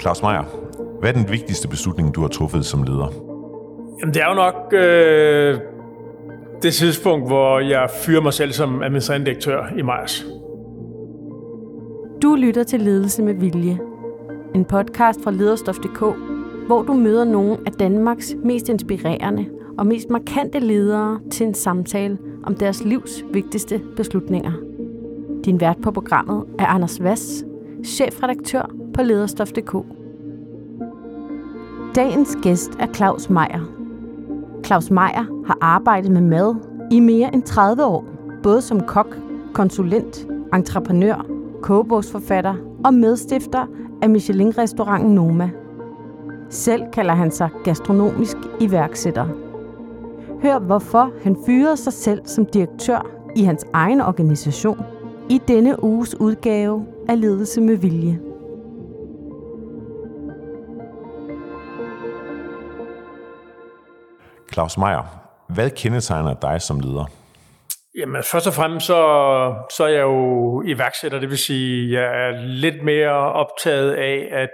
Claus Meyer, hvad er den vigtigste beslutning, du har truffet som leder? Jamen, det er jo nok det tidspunkt, hvor jeg fyrer mig selv som administrerende direktør i Meyers. Du lytter til Ledelse med Vilje. En podcast fra Lederstof.dk, hvor du møder nogle af Danmarks mest inspirerende og mest markante ledere til en samtale om deres livs vigtigste beslutninger. Din vært på programmet er Anders Vass, chefredaktør på Lederstof.dk. Dagens gæst er Claus Meyer. Claus Meyer har arbejdet med mad i mere end 30 år, både som kok, konsulent, entreprenør, kogebogsforfatter og medstifter af Michelin-restauranten Noma. Selv kalder han sig gastronomisk iværksætter. Hør hvorfor han fyrede sig selv som direktør i hans egen organisation i denne uges udgave af Ledelse med Vilje. Claus Meyer, hvad kendetegner dig som leder? Jamen, først og fremmest så er jeg jo iværksætter, det vil sige, jeg er lidt mere optaget af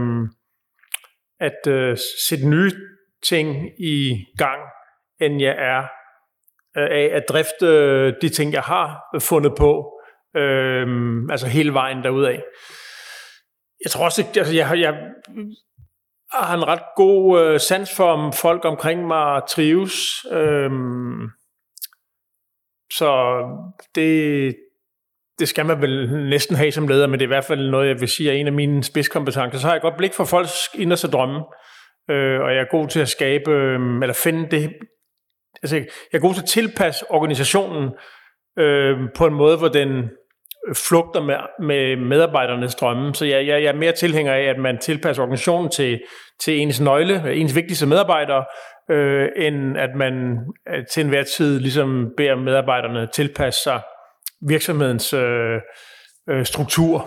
at sætte nye ting i gang, end jeg er af at drifte de ting, jeg har fundet på, altså hele vejen derudad. Jeg tror også, altså jeg har en ret god sans for, om folk omkring mig trives. Så det skal man vel næsten have som leder, men det er i hvert fald noget, jeg vil sige er en af mine spidskompetencer. Så har jeg godt blik for folks inderste drømme, og jeg er god til at skabe, eller finde det. Altså, jeg er god til at tilpasse organisationen på en måde, hvor den flugter med medarbejdernes drømme. Så jeg er mere tilhænger af, at man tilpasser organisationen til ens nøgle, ens vigtigste medarbejdere, end at man til enhver tid ligesom beder medarbejderne tilpasse sig virksomhedens struktur.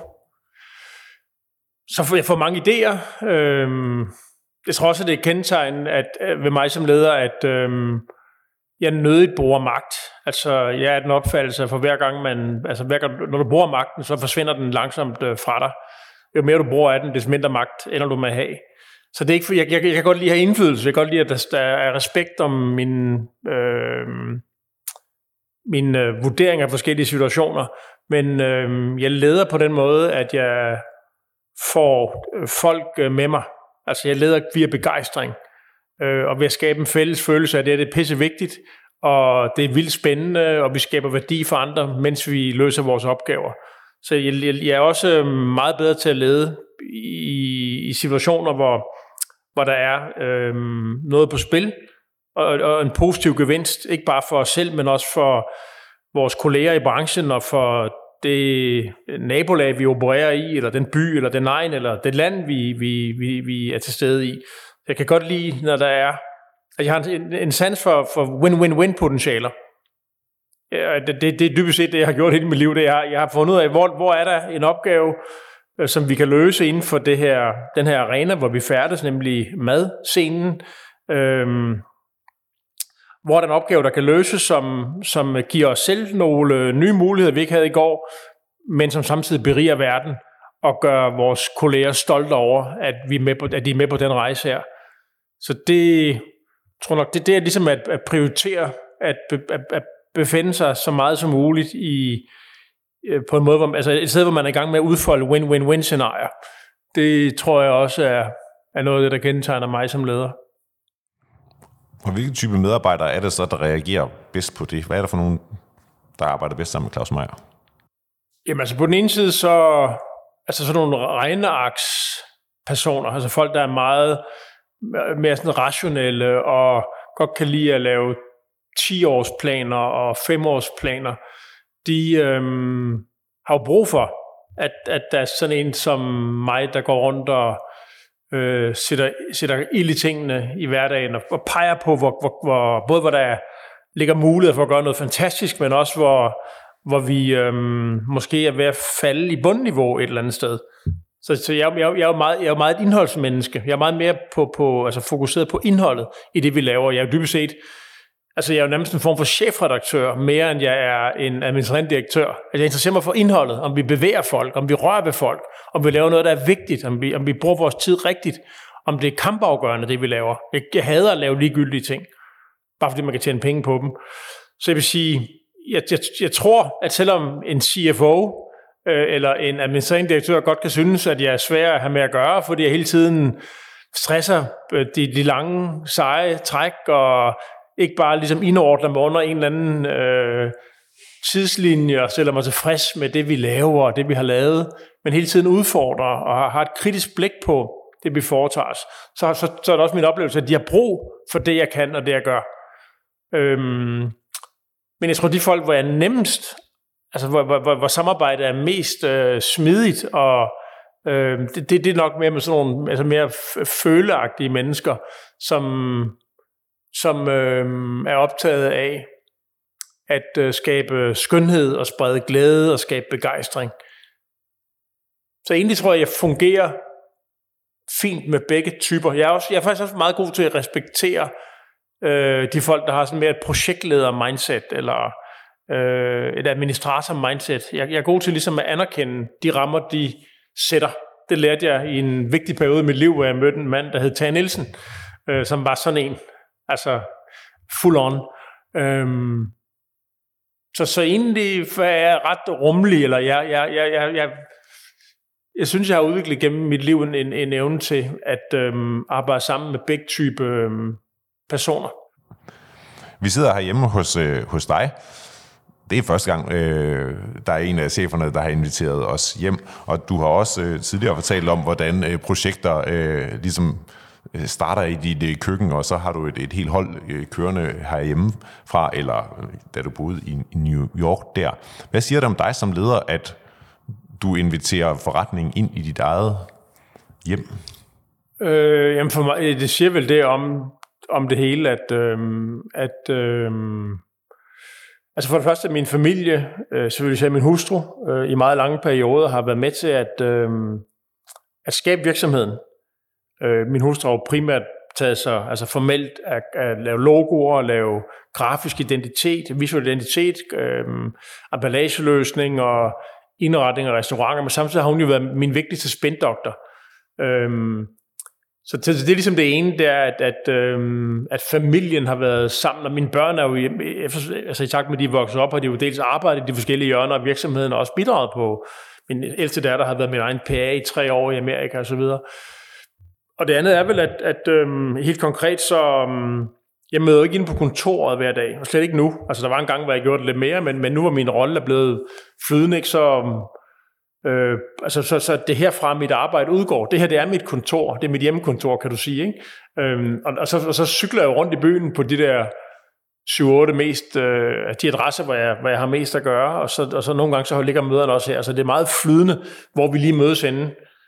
Så jeg får mange idéer. Jeg tror også, at det er kendetegn ved mig som leder, at jeg nødigt bruger magt. Altså, jeg er den opfattelse, for hver gang når du bruger magten, så forsvinder den langsomt fra dig. Jo mere du bruger af den, des mindre magt ender du med at have. Så det er ikke, for jeg kan godt lide at have indflydelse. Jeg kan godt lide, at der er respekt om min vurdering af forskellige situationer. Men jeg leder på den måde, at jeg får folk med mig. Altså, jeg leder via begejstring. Og ved at skabe en fælles følelse af det er pisse vigtigt, og det er vildt spændende, og vi skaber værdi for andre, mens vi løser vores opgaver. Så jeg er også meget bedre til at lede i situationer, hvor der er noget på spil, og en positiv gevinst, ikke bare for os selv, men også for vores kolleger i branchen, og for det nabolag, vi opererer i, eller den by, eller den egen, eller det land, vi er til stede i. Jeg kan godt lide, når der er, at jeg har en sans for win-win-win-potentialer. Det er dybest set det, jeg har gjort hele mit liv. Det er, jeg har fundet ud af, hvor er der en opgave, som vi kan løse inden for den her arena, hvor vi færdes, nemlig madscenen. Hvor er der en opgave, der kan løses, som giver os selv nogle nye muligheder, vi ikke havde i går, men som samtidig beriger verden og gør vores kolleger stolte over, at de er med på den rejse her. Så det tror nok, det er ligesom at prioritere, at befinde sig så meget som muligt på en måde, altså et sted, hvor man er i gang med at udfolde win-win-win-scenarier. Det tror jeg også er noget af det, der kendetegner mig som leder. Og hvilke type medarbejdere er det så, der reagerer bedst på det? Hvad er der for nogen, der arbejder bedst sammen med Claus Meyer? Jamen altså på den ene side, så sådan nogle regnearkspersoner, altså folk, der er meget mere sådan rationelle og godt kan lide at lave 10-årsplaner og 5-årsplaner, de har jo brug for, at der er sådan en som mig, der går rundt og sætter ild i tingene i hverdagen og peger på, både hvor der ligger mulighed for at gøre noget fantastisk, men også hvor vi måske er ved at falde i bundniveau et eller andet sted. Så jeg er jo meget et indholdsmenneske. Jeg er meget mere fokuseret på indholdet i det, vi laver. Jeg er jo dybest set, altså jeg er jo nærmest en form for chefredaktør, mere end jeg er en administrerende direktør. Altså jeg interesserer mig for indholdet, om vi bevæger folk, om vi rører ved folk, om vi laver noget, der er vigtigt, om vi bruger vores tid rigtigt, om det er kampafgørende, det vi laver. Jeg hader at lave ligegyldige ting, bare fordi man kan tjene penge på dem. Så jeg vil sige, jeg tror, at selvom en CFO eller en administrerende direktør godt kan synes, at jeg er svær at have med at gøre, fordi jeg hele tiden stresser de lange, seje træk, og ikke bare ligesom indordner mig under en eller anden tidslinje og stiller mig tilfreds med det, vi laver og det, vi har lavet, men hele tiden udfordrer og har et kritisk blik på det, vi foretager os. Så er det også min oplevelse, at de har brug for det, jeg kan og det, jeg gør. Men jeg tror, de folk, hvor jeg er nemmest, altså hvor samarbejdet er mest smidigt, og det er nok mere med sådan nogle altså mere føleagtige mennesker, som er optaget af at skabe skønhed og sprede glæde og skabe begejstring. Så egentlig tror jeg fungerer fint med begge typer. Jeg er faktisk også meget god til at respektere de folk, der har sådan mere et projektleder-mindset, eller et administrator-mindset. Jeg er god til ligesom at anerkende de rammer, de sætter. Det lærte jeg i en vigtig periode i mit liv, hvor jeg mødte en mand, der hed Tage Nielsen, som var sådan en, altså full on. Så egentlig er jeg ret rummelig, eller jeg synes, jeg har udviklet gennem mit liv en evne til at arbejde sammen med begge typer personer. Vi sidder herhjemme hos dig. Det er første gang, der er en af cheferne, der har inviteret os hjem, og du har også tidligere fortalt om, hvordan projekter ligesom starter i dit køkken, og så har du et helt hold kørende herhjemme fra, eller da du boede i New York der. Hvad siger det om dig som leder, at du inviterer forretningen ind i dit eget hjem? Jamen for mig, det siger vel det om det hele, altså for det første, min familie, selvfølgelig siger min hustru, i meget lange perioder har været med til at skabe virksomheden. Min hustru har primært taget sig altså formelt at lave logoer, lave grafisk identitet, visuel identitet, emballageløsning og indretning af restauranter, men samtidig har hun jo været min vigtigste spindoktor. Så det er ligesom det ene, det er, at familien har været sammen, og mine børn er jo, altså i takt med, at de er vokset op, har de jo dels arbejdet i de forskellige hjørner af virksomheden, og også bidraget på. Min ældste datter har været min egen PA i 3 år i Amerika og så videre. Og det andet er vel, at helt konkret, så jeg møder ikke inde på kontoret hver dag, og slet ikke nu. Altså der var en gang, hvor jeg gjorde det lidt mere, men nu var min rolle blevet flydende, ikke? Så det herfra mit arbejde udgår. Det her, det er mit kontor. Det er mit hjemmekontor, kan du sige, ikke? Og så cykler jeg jo rundt i byen på de der 7-8 mest de adresser, hvor jeg har mest at gøre, og så nogle gange så ligger møderne også her. Så det er meget flydende, hvor vi lige mødes inde.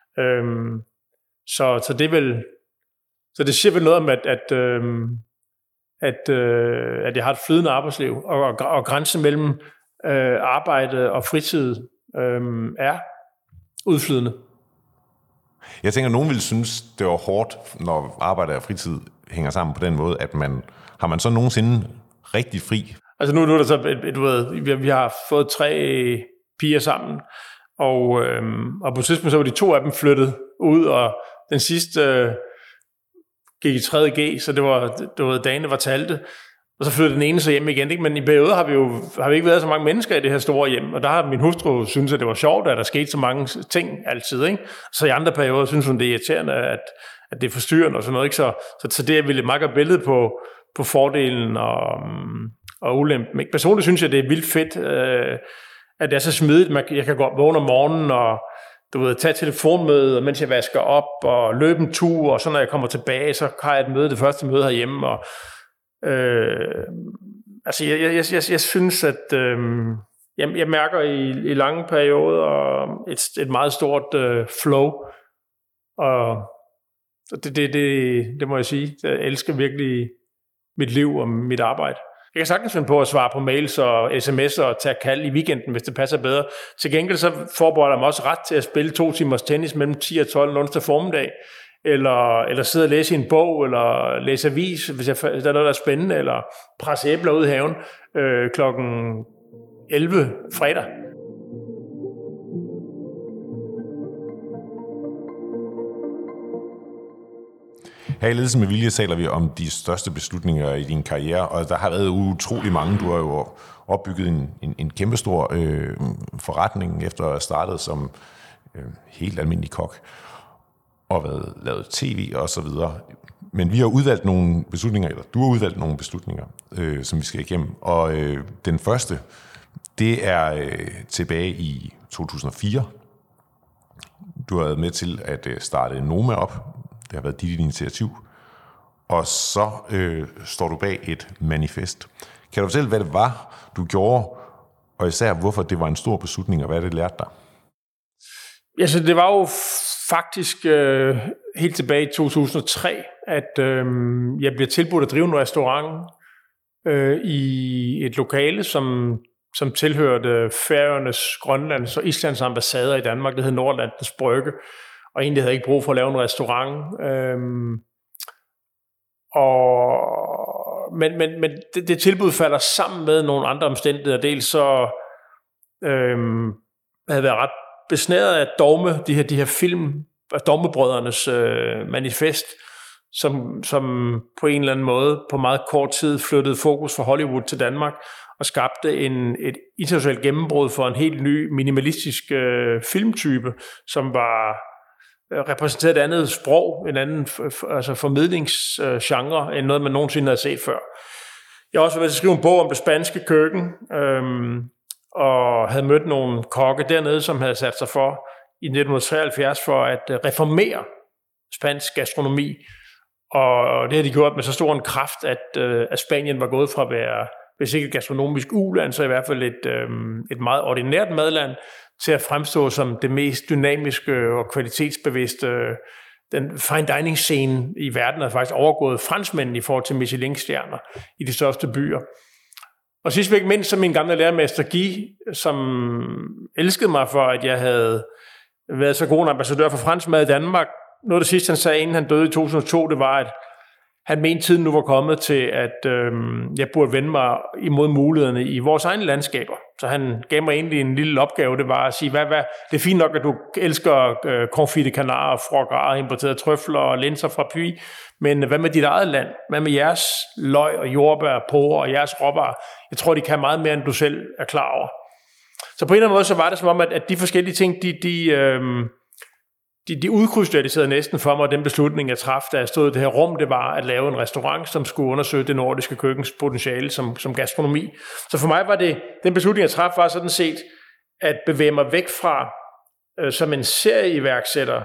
Så det er vel, så det siger vel noget om, at jeg har et flydende arbejdsliv, og grænsen mellem arbejde og fritid er udflydende. Jeg tænker, at nogen ville synes, det var hårdt, når arbejde og fritid hænger sammen på den måde, at har man så nogensinde rigtig fri? Altså nu er der så, du ved, vi har fået 3 piger sammen, og på tidspunkt så var de 2 af dem flyttet ud, og den sidste gik i 3.G, så det var dagene var talte. Og så flyttede den ene så hjem igen, ikke? Men i perioder har vi ikke været så mange mennesker i det her store hjem, og der har min hustru synes, at det var sjovt, at der skete så mange ting altid, ikke? Så i andre perioder synes hun, det er irriterende, at det er forstyrrende og sådan noget, ikke? Så det er vel et meget godt billede på fordelen og ulempen, ikke? Personligt synes jeg, det er vildt fedt, at det er så smidigt. Jeg kan gå vågne om morgenen og tage telefonmøde, mens jeg vasker op, og løbe en tur, og så når jeg kommer tilbage, så har jeg et møde, det første møde herhjemme, og altså jeg synes, at jeg mærker i lange perioder et meget stort flow, og det må jeg sige. Jeg elsker virkelig mit liv og mit arbejde. Jeg kan sagtens finde på at svare på mails og sms'er og tage kald i weekenden, hvis det passer bedre. Til gengæld så forbereder jeg mig også ret til at spille 2 timers tennis mellem 10 og 12 onsdag formiddag, eller sidde og læse en bog, eller læse avis, hvis der er noget, der er spændende, eller presse æbler ud i haven klokken 11 fredag. Her i Ledelse med Vilje taler vi om de største beslutninger i din karriere, og der har været utrolig mange. Du har jo opbygget en kæmpestor forretning efter at have startet som helt almindelig kok og været lavet tv og så videre. Men vi har udvalgt nogle beslutninger, eller du har udvalgt nogle beslutninger, som vi skal igennem. Og den første, det er tilbage i 2004. Du har været med til at starte Noma op. Det har været dit initiativ. Og så står du bag et manifest. Kan du fortælle, hvad det var, du gjorde, og især hvorfor det var en stor beslutning, og hvad det lærte dig? Ja, så det var jo faktisk helt tilbage i 2003, at jeg blev tilbudt at drive en restaurant i et lokale, som tilhørte Færøernes, Grønlands og Islands ambassader i Danmark. Det hed Nordatlantis Brygge, og egentlig havde jeg ikke brug for at lave en restaurant. Men det tilbud falder sammen med nogle andre omstændigheder. Dels så havde været ret besnæret af Dogme, de her film, Dogmebrødrenes manifest, som på en eller anden måde på meget kort tid flyttede fokus fra Hollywood til Danmark og skabte et internationalt gennembrud for en helt ny minimalistisk filmtype, som var repræsenteret et andet sprog, en anden formidlingsgenre, end noget man nogensinde havde set før. Jeg har også været til at skrive en bog om det spanske køkken, og havde mødt nogle kokke dernede, som havde sat sig for i 1973 for at reformere spansk gastronomi. Og det har de gjort med så stor en kraft, at Spanien var gået fra at være, hvis ikke et gastronomisk uland, så i hvert fald et meget ordinært madland, til at fremstå som det mest dynamiske og kvalitetsbevidste. Den fine dining scene i verden har faktisk overgået franskmændene i forhold til Michelin-stjerner i de største byer. Og sidst men ikke mindst, så min gamle lærermester Guy, som elskede mig for, at jeg havde været så god en ambassadør for fransk mad i Danmark. Noget af det sidste, han sagde, inden han døde i 2002, det var, at han mente, tiden nu var kommet til, at jeg burde vende mig imod mulighederne i vores egne landskaber. Så han gav mig egentlig en lille opgave, det var at sige, hvad det er fint nok, at du elsker confit de canard, foie gras, importerede trøfler og linser fra Puy, men hvad med dit eget land? Hvad med jeres løg og jordbær, porre og jeres råvarer? Jeg tror, de kan meget mere, end du selv er klar over. Så på en eller anden måde, så var det som om, at de forskellige ting, de udkrystalliserede næsten for mig, og den beslutning, jeg traf, da jeg stod i det her rum, det var at lave en restaurant, som skulle undersøge det nordiske køkkens potentiale som gastronomi. Så for mig var det, den beslutning, jeg traf, var sådan set at bevæge mig væk fra, som en serieiværksætter,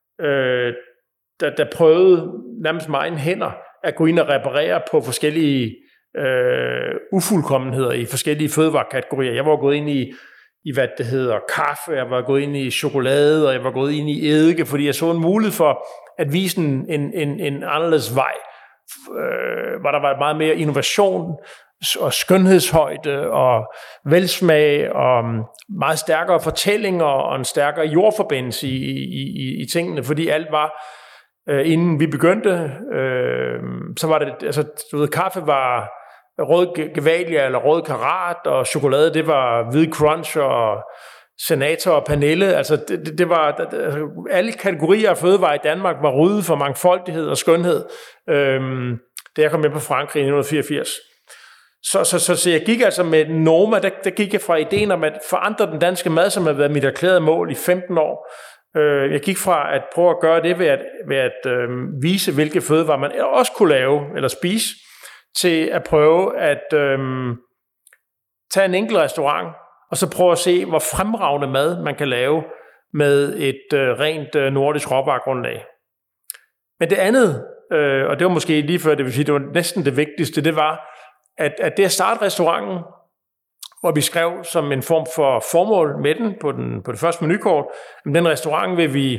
der prøvede nærmest med egne hænder at gå ind og reparere på forskellige ufuldkommenheder i forskellige fødevarekategorier. Jeg var gået ind i hvad det hedder, kaffe, jeg var gået ind i chokolade, og jeg var gået ind i eddike, fordi jeg så en mulighed for at vise en anderledes vej, hvor der var meget mere innovation og skønhedshøjde og velsmag og meget stærkere fortællinger og en stærkere jordforbindelse i tingene, fordi alt var, inden vi begyndte, så var det, altså du ved, kaffe var rød Gevalia eller rød Karat, og chokolade, det var hvid Crunch og Senator og Pernille. Altså det var alle kategorier af fødevarer i Danmark var ryddet for mangfoldighed og skønhed, da jeg kom med på Frankrig i 1984. Så jeg gik altså med Noma, der gik jeg fra ideen om at forandre den danske mad, som har været mit erklærede mål i 15 år. Jeg gik fra at prøve at gøre det ved at vise, hvilke fødevarer man også kunne lave eller spise, til at prøve at tage en enkelt restaurant, og så prøve at se, hvor fremragende mad man kan lave med et rent nordisk råvaregrundlag. Men det andet, og det var måske lige før, det vil sige, det var næsten det vigtigste, det var, at det at starte restauranten, hvor vi skrev som en form for formål med den på det første menukort, at den restaurant vil vi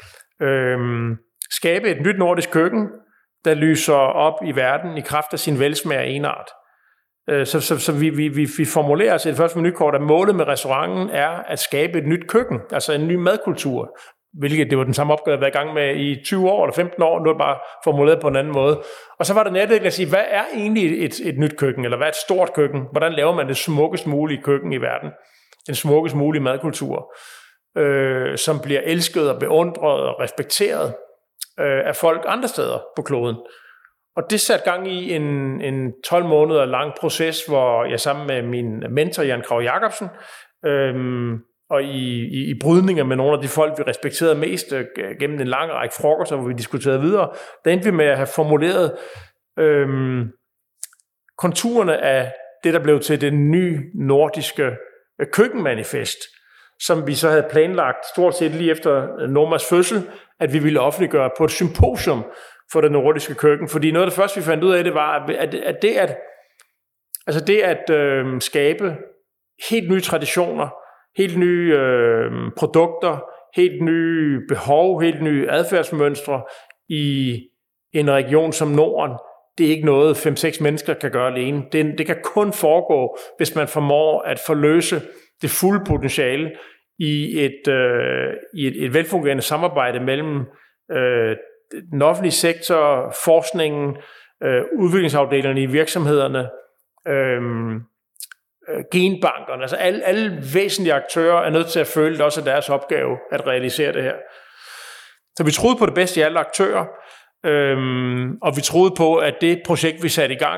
skabe et nyt nordisk køkken, der lyser op i verden i kraft af sin velsmag og enart. Så vi formulerer altså i det første menukort, at målet med restauranten er at skabe et nyt køkken, altså en ny madkultur, hvilket det var den samme opgave, jeg har været i gang med i 20 år eller 15 år, nu er det bare formuleret på en anden måde. Og så var det nærliggende at sige, hvad er egentlig et nyt køkken, eller hvad er et stort køkken? Hvordan laver man det smukkest mulige køkken i verden? Den smukkest mulige madkultur, som bliver elsket og beundret og respekteret af folk andre steder på kloden. Og det satte gang i en 12 måneder lang proces, hvor jeg sammen med min mentor, Jan Krag Jacobsen, og i brydninger med nogle af de folk, vi respekterede mest gennem en lang række frokoster, hvor vi diskuterede videre, der endte vi med at have formuleret konturerne af det, der blev til det nye nordiske køkkenmanifest, som vi så havde planlagt stort set lige efter Normas fødsel, at vi ville offentliggøre på et symposium for det nordiske køkken. Fordi noget af det første, vi fandt ud af, det var, at det at skabe helt nye traditioner, helt nye produkter, helt nye behov, helt nye adfærdsmønstre i en region som Norden, det er ikke noget 5-6 mennesker kan gøre alene. Det kan kun foregå, hvis man formår at forløse det fulde potentiale i et velfungerende samarbejde mellem den offentlige sektor, forskningen, udviklingsafdelingerne i virksomhederne, genbankerne. Altså alle væsentlige aktører er nødt til at føle, at det også er deres opgave at realisere det her. Så vi troede på det bedste i alle aktører, og vi troede på, at det projekt, vi satte i gang,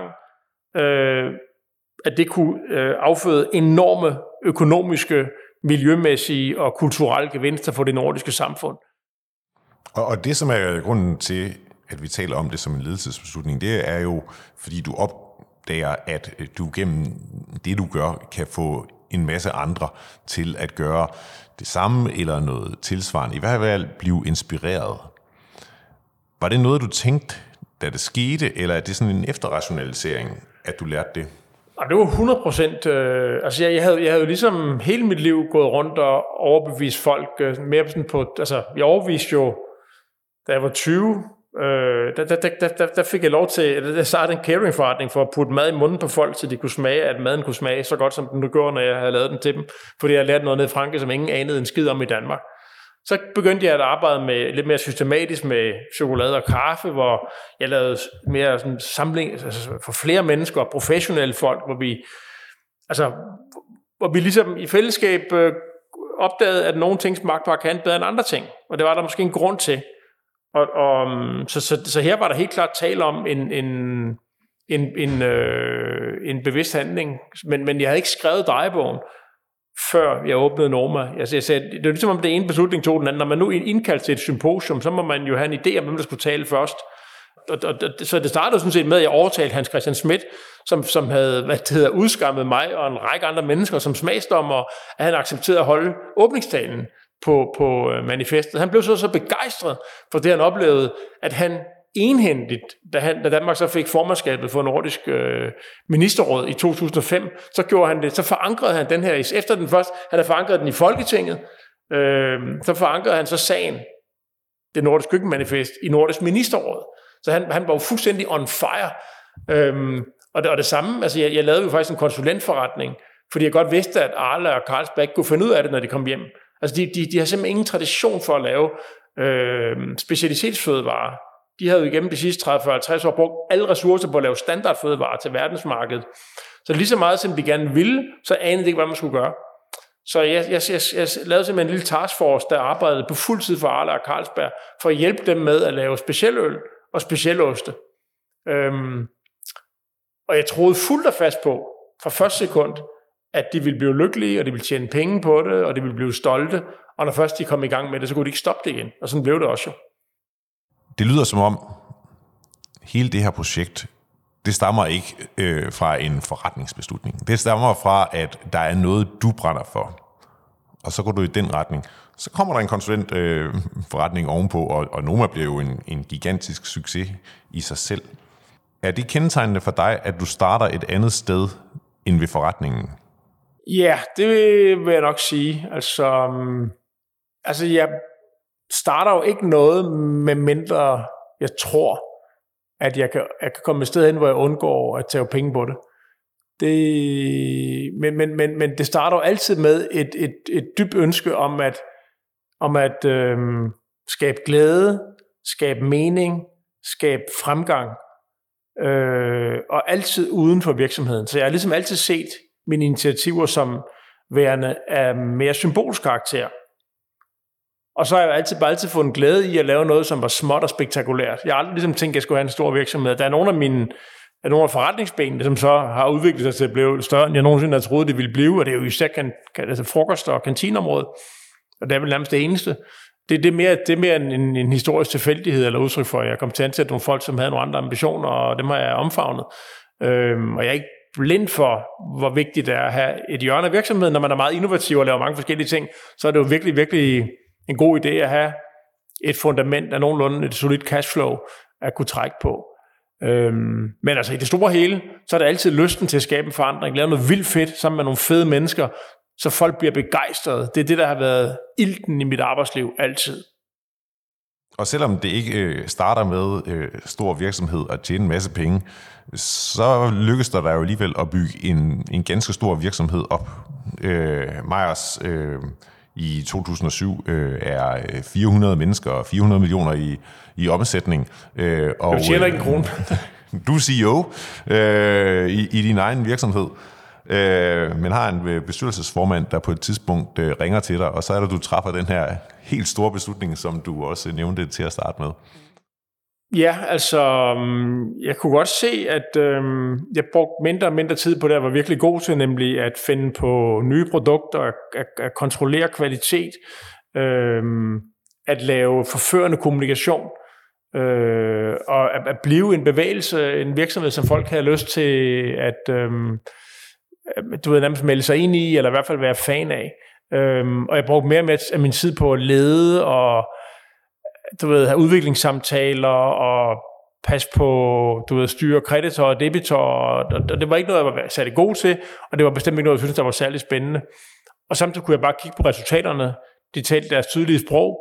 at det kunne afføde enorme økonomiske, miljømæssige og kulturelle gevinster for det nordiske samfund. Og det, som er grunden til, at vi taler om det som en ledelsesbeslutning, det er jo, fordi du opdager, at du gennem det, du gør, kan få en masse andre til at gøre det samme eller noget tilsvarende. I hvert fald blive inspireret. Var det noget, du tænkte, da det skete, eller er det sådan en efterrationalisering, at du lærte det? Og det var 100%. Altså jeg havde jo ligesom hele mit liv gået rundt og overbevist folk mere sådan på. Altså jeg overbeviste jo, da jeg var 20, der fik jeg lov til, der startede en cateringforretning for at putte mad i munden på folk, så de kunne smage, at maden kunne smage så godt, som den nu gjorde, når jeg havde lavet den til dem. Fordi jeg lærte noget nede i Frankrig, som ingen anede en skid om i Danmark. Så begyndte jeg at arbejde med lidt mere systematisk med chokolade og kaffe, hvor jeg lavede mere sådan samling altså for flere mennesker og professionelle folk, hvor vi ligesom i fællesskab opdagede, at nogle ting smagte markant bedre end andre ting. Og det var der måske en grund til. Så her var der helt klart tale om en bevidst handling. Men jeg havde ikke skrevet drejebogen, før jeg åbnede Norma. Jeg sagde, det var ligesom om det ene beslutning tog den anden. Når man nu indkaldte til et symposium, så må man jo have en idé om, hvem der skulle tale først. Så det startede sådan set med, at jeg overtalte Hans Christian Schmidt, som havde udskammet mig og en række andre mennesker som smagsdommer, at han accepterede at holde åbningstalen på manifestet. Han blev så begejstret for det, han oplevede, at han enhændigt, da Danmark så fik formandskabet for Nordisk Ministerråd i 2005, så forankrede han den her, efter den først, han havde forankret den i Folketinget, så forankrede han så sagen, det nordiske køkkenmanifest, i Nordisk Ministerråd. Så han var jo fuldstændig on fire. Og det samme, altså jeg lavede jo faktisk en konsulentforretning, fordi jeg godt vidste, at Arla og Carlsberg ikke kunne finde ud af det, når de kom hjem. Altså de har simpelthen ingen tradition for at lave specialitetsfødevarer. De havde jo igennem de sidste 30-50 år brugt alle ressourcer på at lave standardfødevarer til verdensmarkedet. Så lige så meget, som de gerne ville, så anede de ikke, hvad man skulle gøre. Så jeg lavede simpelthen en lille taskforce, der arbejdede på fuld tid for Arla og Carlsberg, for at hjælpe dem med at lave specialøl og specialoste. Og jeg troede fuldt og fast på, fra første sekund, at de ville blive lykkelige, og de ville tjene penge på det, og de ville blive stolte, og når først de kom i gang med det, så kunne de ikke stoppe det igen. Og sådan blev det også jo. Det lyder som om, hele det her projekt, det stammer ikke fra en forretningsbeslutning. Det stammer fra, at der er noget, du brænder for. Og så går du i den retning. Så kommer der en konsulentforretning ovenpå, og Noma bliver jo en gigantisk succes i sig selv. Er det kendetegnende for dig, at du starter et andet sted end ved forretningen? Ja, det vil jeg nok sige. Altså jeg starter jo ikke noget, med mindre jeg tror, at jeg kan komme et sted hen, hvor jeg undgår at tage penge på det. Men det starter jo altid med et dybt ønske om at skabe glæde, skabe mening, skabe fremgang, og altid uden for virksomheden. Så jeg har ligesom altid set mine initiativer som værende af mere symbolsk karakter. Og så har jeg altid fundet glæde i at lave noget, som var småt og spektakulært. Jeg har aldrig ligesom tænkt, at jeg skulle have en stor virksomhed. Der er nogle af forretningsbenene, som så har udviklet sig til at blive større, end jeg nogensinde havde troet, det ville blive, og det er jo især altså frokost- og kantinområdet. Og det er vel nærmest det eneste. Det er mere en historisk tilfældighed eller udtryk for, at jeg kom til at ansætte nogle folk, som havde nogle andre ambitioner, og dem har jeg omfavnet. Og jeg er ikke blind for, hvor vigtigt det er at have et hjørne af virksomheden. Når man er meget innovativ og laver mange forskellige ting, så er det jo virkelig, virkelig en god idé at have et fundament af nogenlunde et solidt cashflow at kunne trække på. Men altså i det store hele, så er der altid lysten til at skabe en forandring, lave noget vildt fedt sammen med nogle fede mennesker, så folk bliver begejstrede. Det er det, der har været ilten i mit arbejdsliv altid. Og selvom det ikke starter med stor virksomhed og tjene en masse penge, så lykkes der jo alligevel at bygge en ganske stor virksomhed op. Meyers i 2007 er 400 mennesker og 400 millioner i omsætning. Og du tjener ikke en krone. Du er CEO i din egen virksomhed, men har en bestyrelsesformand, der på et tidspunkt ringer til dig, og så er det, du træffer den her helt store beslutning, som du også nævnte til at starte med. Ja, altså, jeg kunne godt se, at jeg brugte mindre og mindre tid på det, jeg var virkelig god til, nemlig at finde på nye produkter, at kontrollere kvalitet, at lave forførende kommunikation, og at blive en bevægelse, en virksomhed, som folk havde lyst til at nærmest melde sig ind i, eller i hvert fald være fan af. Og jeg brugte mere og mere af min tid på at lede og have udviklingssamtaler og passe på, styre kreditor og debitor, og det var ikke noget, jeg var særlig god til, og det var bestemt ikke noget, jeg synes, der var særlig spændende. Og samtidig kunne jeg bare kigge på resultaterne. De talte deres tydelige sprog.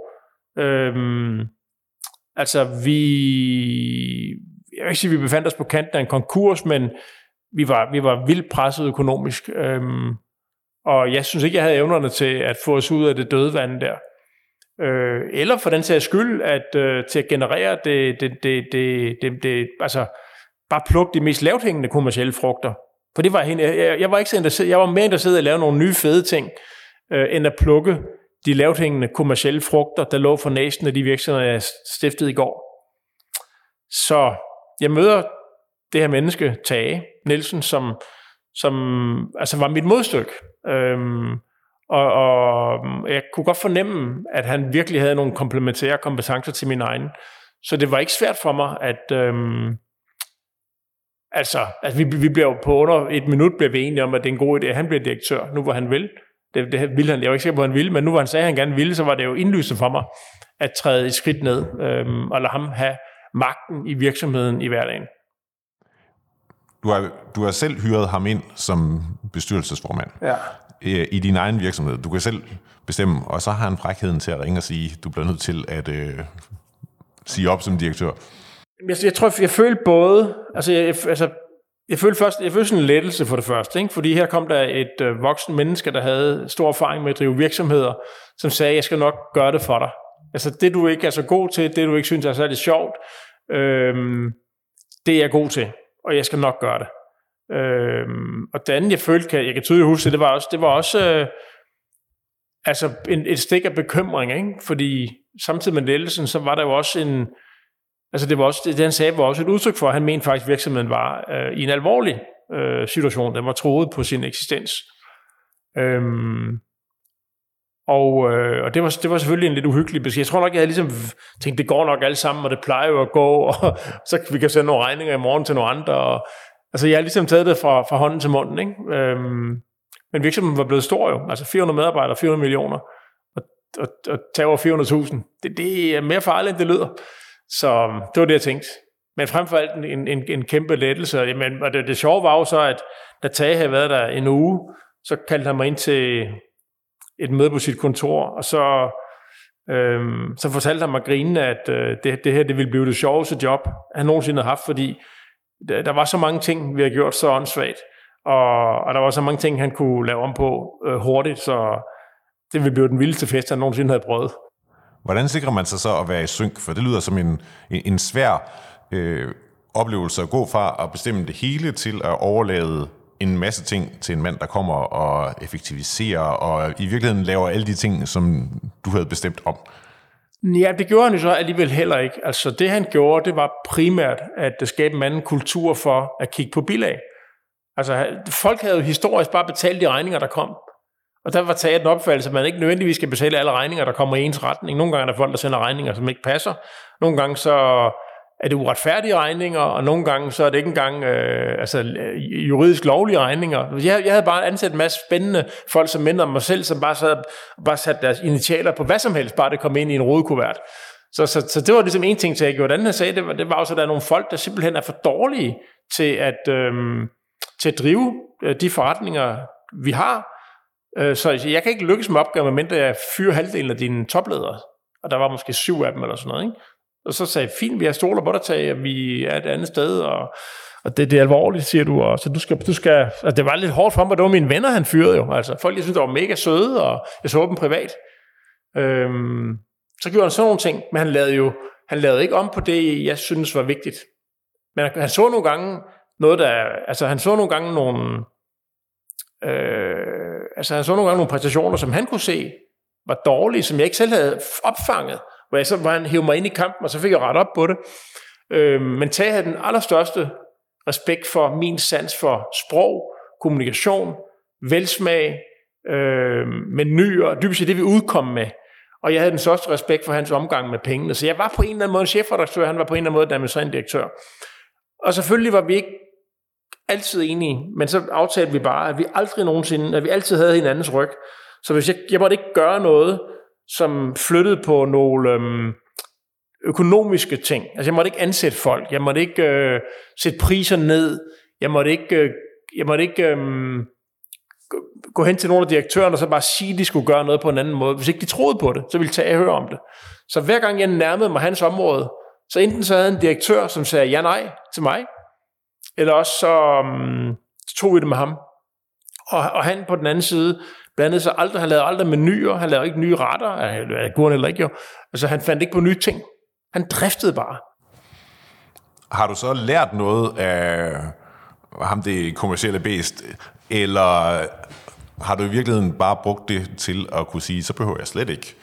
Altså, jeg vil ikke sige, at vi befandt os på kanten af en konkurs, men vi var vildt presset økonomisk. Og jeg synes ikke, jeg havde evnerne til at få os ud af det døde vand der. Eller for den sags skyld, til at generere altså bare plukke de mest lavthængende kommercielle frugter. For det var jeg var ikke så interesseret. Jeg var mere interesseret i at lave nogle nye fede ting, end at plukke de lavthængende kommercielle frugter, der lå for næsten af de virksomheder, jeg stiftede i går. Så jeg møder det her menneske, Tage Nielsen, som altså var mit modstykke. Og jeg kunne godt fornemme, at han virkelig havde nogle komplementære kompetencer til min egen. Så det var ikke svært for mig, at vi blev på under et minut blev vi enige om, at det er en god idé, at han bliver direktør, nu hvor han vil. Det ville han, jeg var ikke sikker på, at han ville, men nu hvor han sagde, at han gerne ville, så var det jo indlysende for mig at træde et skridt ned og lade ham have magten i virksomheden i hverdagen. Du har selv hyret ham ind som bestyrelsesformand. Ja. I din egen virksomhed. Du kan selv bestemme, og så har han frækheden til at ringe og sige, du bliver nødt til at sige op som direktør. Jeg tror, jeg følte både, jeg følte sådan en lettelse for det første, ikke? Fordi her kom der et voksen menneske, der havde stor erfaring med at drive virksomheder, som sagde, jeg skal nok gøre det for dig. Altså det du ikke er så god til, det du ikke synes er særlig sjovt, det er jeg god til, og jeg skal nok gøre det. Og det andet jeg følte, jeg kan tydeligt huske, det var også et stik af bekymring, ikke? Fordi samtidig med lettelsen, så var der jo også det han sagde var også et udtryk for, at han mente faktisk, at virksomheden var i en alvorlig situation. Den var truet på sin eksistens. Og det var selvfølgelig en lidt uhyggelig besked. Jeg tror nok, jeg havde ligesom tænkt, det går nok alle sammen, og det plejer jo at gå, og så vi kan sende nogle regninger i morgen til nogle andre. Og, altså jeg har ligesom taget det fra hånden til munden, ikke? Men virksomheden var blevet stor jo. Altså 400 medarbejdere, 400 millioner. Og tage over 400.000. Det er mere farligt, end det lyder. Så det var det, jeg tænkte. Men frem for alt en kæmpe lettelse. Jamen, og det sjove var jo så, at da Tage havde været der en uge, så kaldte han mig ind til et møde på sit kontor, og så fortalte han mig grinende, at det her det ville blive det sjoveste job, han nogensinde havde haft, fordi der var så mange ting, vi har gjort så åndssvagt, og der var så mange ting, han kunne lave om på hurtigt, så det ville blive den vildeste fest, han nogensinde havde prøvet. Hvordan sikrer man sig så at være i synk? For det lyder som en svær oplevelse at gå fra at bestemme det hele til at overlade en masse ting til en mand, der kommer og effektiviserer, og i virkeligheden laver alle de ting, som du havde bestemt om? Ja, det gjorde han jo så alligevel heller ikke. Altså det han gjorde, det var primært at skabe en anden kultur for at kigge på bilag. Altså folk havde jo historisk bare betalt de regninger, der kom. Og der var taget en opfattelse, at man ikke nødvendigvis skal betale alle regninger, der kommer i ens retning. Nogle gange er der folk, der sender regninger, som ikke passer. Nogle gange så er det uretfærdige regninger, og nogle gange så er det ikke engang juridisk lovlige regninger. Jeg havde bare ansat en masse spændende folk, som mindre om mig selv, som bare satte deres initialer på hvad som helst, bare det kom ind i en rodekuvert. Så det var ligesom en ting til, at jeg gjorde. Den her sag, det var også, at der er nogle folk, der simpelthen er for dårlige til at drive de forretninger, vi har. Så jeg kan ikke lykkes med opgaven, medmindre jeg fyrer halvdelen af dine topledere. Og der var måske 7 af dem eller sådan noget, ikke? Og så sagde jeg, fint, vi har stoler på dig, Tage, at vi er et andet sted, og det er alvorligt, siger du. Og så du skal altså, det var lidt hårdt for mig, det var mine venner, han fyrede jo. Altså, folk, jeg synes, der var mega søde, og jeg så dem privat. Så gjorde han sådan nogle ting, men han lavede ikke om på det, jeg synes var vigtigt. Men han så nogle gange noget, han så nogle gange nogle præstationer, som han kunne se var dårlige, som jeg ikke selv havde opfanget, hvor han hævde mig ind i kampen, og så fik jeg ret op på det. Men Tage havde den allerstørste respekt for min sans for sprog, kommunikation, velsmag, menyer, dybest set det, vi udkom med. Og jeg havde den største respekt for hans omgang med pengene. Så jeg var på en eller anden måde en chefredaktør, han var på en eller anden måde administrerende direktør. Og selvfølgelig var vi ikke altid enige, men så aftalte vi bare, at vi aldrig nogensinde, at vi altid havde hinandens ryg. Så hvis jeg måtte ikke gøre noget, som flyttede på nogle økonomiske ting. Altså jeg måtte ikke ansætte folk, jeg måtte ikke sætte priser ned, jeg måtte ikke gå hen til nogle af direktørerne og så bare sige, at de skulle gøre noget på en anden måde. Hvis ikke de troede på det, så ville Tage høre om det. Så hver gang jeg nærmede mig hans område, så enten så havde en direktør, som sagde ja nej til mig, eller også så tog vi det med ham. Og han på den anden side blandede sig aldrig, han lavede aldrig menuer, han lavede ikke nye retter, det gjorde han heller ikke jo. Altså han fandt ikke på nye ting. Han driftede bare. Har du så lært noget af ham, det kommercielle bæst, eller har du i virkeligheden bare brugt det til at kunne sige, så behøver jeg slet ikke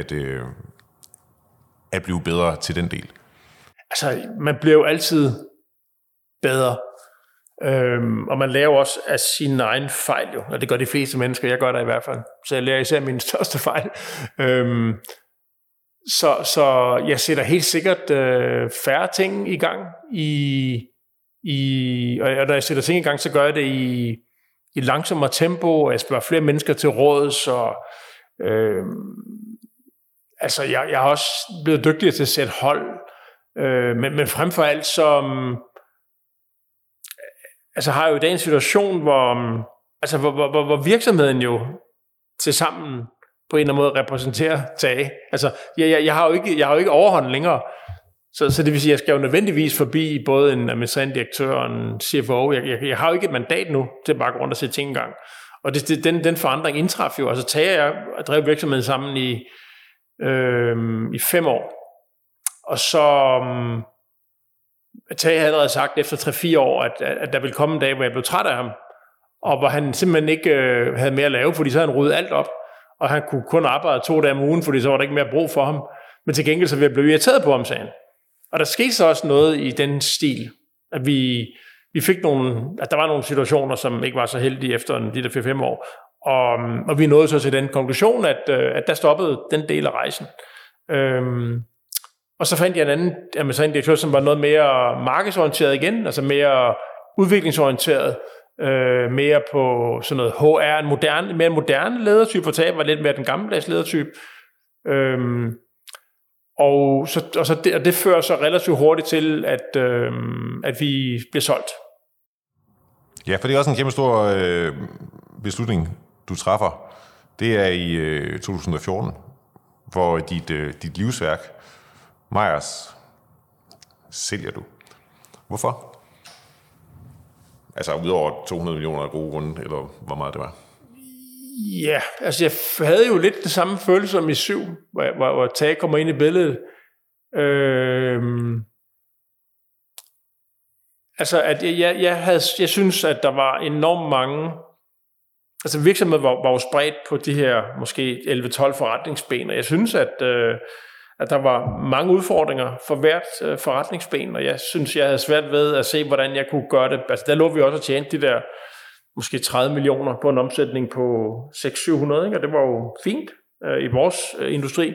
at blive bedre til den del? Altså, man bliver jo altid bedre. Og man lærer også af sine egne fejl jo, og det gør de fleste mennesker, jeg gør det i hvert fald, så jeg lærer især mine største fejl. Så jeg sætter helt sikkert færre ting i gang, og når jeg sætter ting i gang, så gør jeg det i langsommere tempo, og jeg spørger flere mennesker til råds, og altså jeg har også blevet dygtigere til at sætte hold, men frem for alt så altså har jeg jo i dag en situation, hvor virksomheden jo til sammen på en eller anden måde repræsenterer Tage. Altså, jeg har jo ikke overhånd længere, så det vil sige, at jeg skal jo nødvendigvis forbi både en administrerende direktør og en CFO. Jeg har jo ikke et mandat nu til at bare gå rundt og sætte ting i gang. Og den forandring indtraf jo. Altså Tage og jeg drev virksomheden sammen i 5 år. Og så Tage havde allerede sagt efter 3-4 år, at der ville komme en dag, hvor jeg blev træt af ham, og hvor han simpelthen ikke havde mere at lave, fordi så havde han ryddet alt op, og han kunne kun arbejde 2 dage om ugen, fordi så var der ikke mere brug for ham. Men til gengæld så ville jeg blive irriteret på ham, sagde han. Og der skete så også noget i den stil, at vi fik at der var nogle situationer, som ikke var så heldige efter de der 4-5 år, og vi nåede så til den konklusion, at der stoppede den del af rejsen. Og så fandt jeg en anden direktør, som var noget mere markedsorienteret igen, altså mere udviklingsorienteret, mere på sådan noget HR, en mere moderne ledertype, for Tage var lidt mere den gammeldags ledertype. Og det fører så relativt hurtigt til, at vi bliver solgt. Ja, for det er også en kæmpe stor beslutning, du træffer. Det er i 2014, hvor dit livsværk, Meyers, sælger du. Hvorfor? Altså udover 200 millioner af gode grunde, eller hvor meget det var? Ja, altså jeg havde jo lidt det samme følelse som i 7, hvor Tage kommer ind i billedet. Altså at jeg synes, at der var enormt mange altså virksomheden var jo spredt på de her måske 11-12 forretningsben, og jeg synes, at der var mange udfordringer for hvert forretningsben, og jeg synes, jeg havde svært ved at se, hvordan jeg kunne gøre det. Altså der lå vi også at tjene de der måske 30 millioner på en omsætning på 600-700, ikke? Og det var jo fint i vores industri.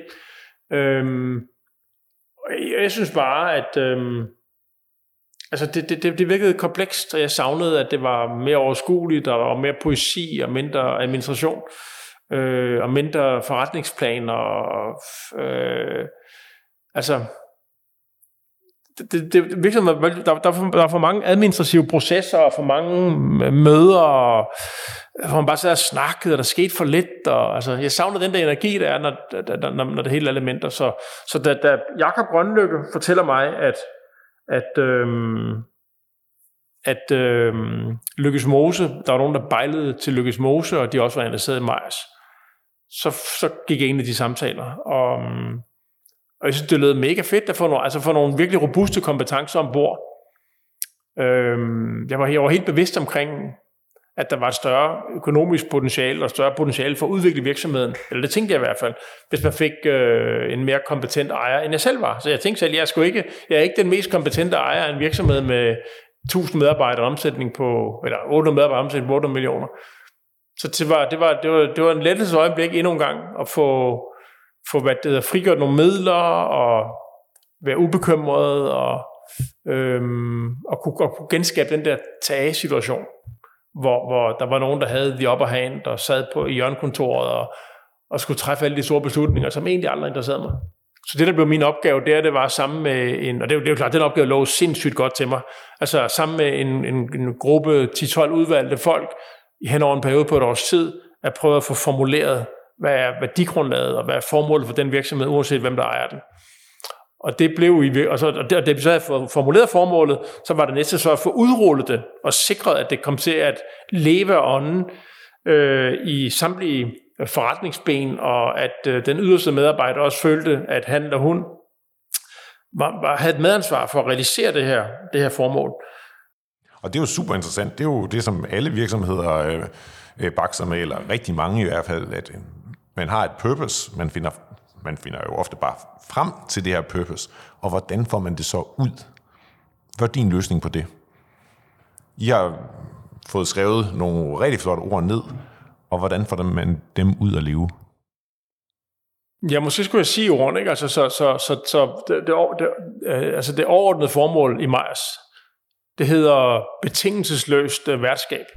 Jeg synes bare, at altså det virkede komplekst, og jeg savnede, at det var mere overskueligt, og der var mere poesi og mindre administration, og mindre forretningsplaner. Og, altså, der er for mange administrative processer, og for mange møder, og hvor man bare sad og snakkede, og der skete for lidt. Og, altså, jeg savner den der energi, der er, når det hele er elementer. Så da Jakob Grønlykke fortæller mig, at Lykkes Mose, der var nogen, der bejlede til Lykkes Mose, og de også var interesseret i Meyers, så gik jeg ind i de samtaler. Og jeg synes, det lød mega fedt at få nogle virkelig robuste kompetencer ombord. Jeg var helt bevidst omkring, at der var et større økonomisk potentiale og større potentiale for at udvikle virksomheden. Eller det tænkte jeg i hvert fald, hvis man fik en mere kompetent ejer, end jeg selv var. Så jeg tænkte selv, jeg er ikke den mest kompetente ejer af en virksomhed med 1000 medarbejdere omsætning på, eller 800 medarbejdere omsætning på 800 millioner. Så det var en lettelse øjeblik endnu en gang at få frigjort nogle midler og være ubekymret og kunne genskabe den der tagesituation, hvor der var nogen, der havde the upper hand og sad på i hjørnekontoret og skulle træffe alle de store beslutninger, som egentlig aldrig interesserede mig. Så det, der blev min opgave, det var sammen med og det er jo klart, den opgave lå sindssygt godt til mig, altså sammen med en gruppe 10-12 udvalgte folk hen over en periode på et års tid, at prøve at få formuleret, hvad er værdigrundlaget, og hvad er formålet for den virksomhed, uanset hvem der ejer den. Og det blev da vi så havde formuleret formålet, så var det næste så at få udrullet det, og sikret, at det kom til at leve og ånde i samtlige forretningsben, og at den yderste medarbejder også følte, at han eller hun havde et medansvar for at realisere det her formål. Og det er jo super interessant. Det er jo det, som alle virksomheder bakser med, eller rigtig mange i hvert fald, at man har et purpose, man finder jo ofte bare frem til det her purpose, og hvordan får man det så ud? Hvad er din løsning på det? I har fået skrevet nogle rigtig flotte ord ned, og hvordan får man dem ud at leve? Ja, måske skulle jeg sige ordene, ikke? Altså, så det overordnede formål i Meyers, det hedder betingelsesløst værtskab.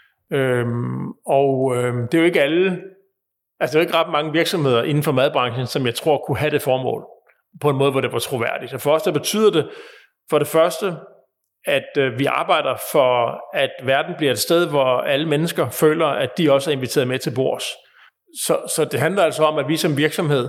Det er jo ikke alle, altså det er jo ikke ret mange virksomheder inden for madbranchen, som jeg tror kunne have det formål på en måde, hvor det var troværdigt. Så for os, der betyder det for det første, at vi arbejder for, at verden bliver et sted, hvor alle mennesker føler, at de også er inviteret med til bords. Så det handler altså om, at vi som virksomhed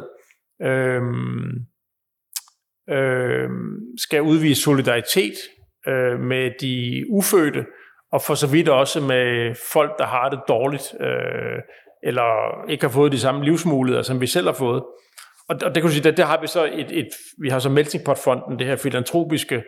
skal udvise solidaritet med de ufødte, og for så vidt også med folk, der har det dårligt, eller ikke har fået de samme livsmuligheder, som vi selv har fået. Og det kan du sige, der har vi så vi har så Melting Pot-fonden, det her filantropiske,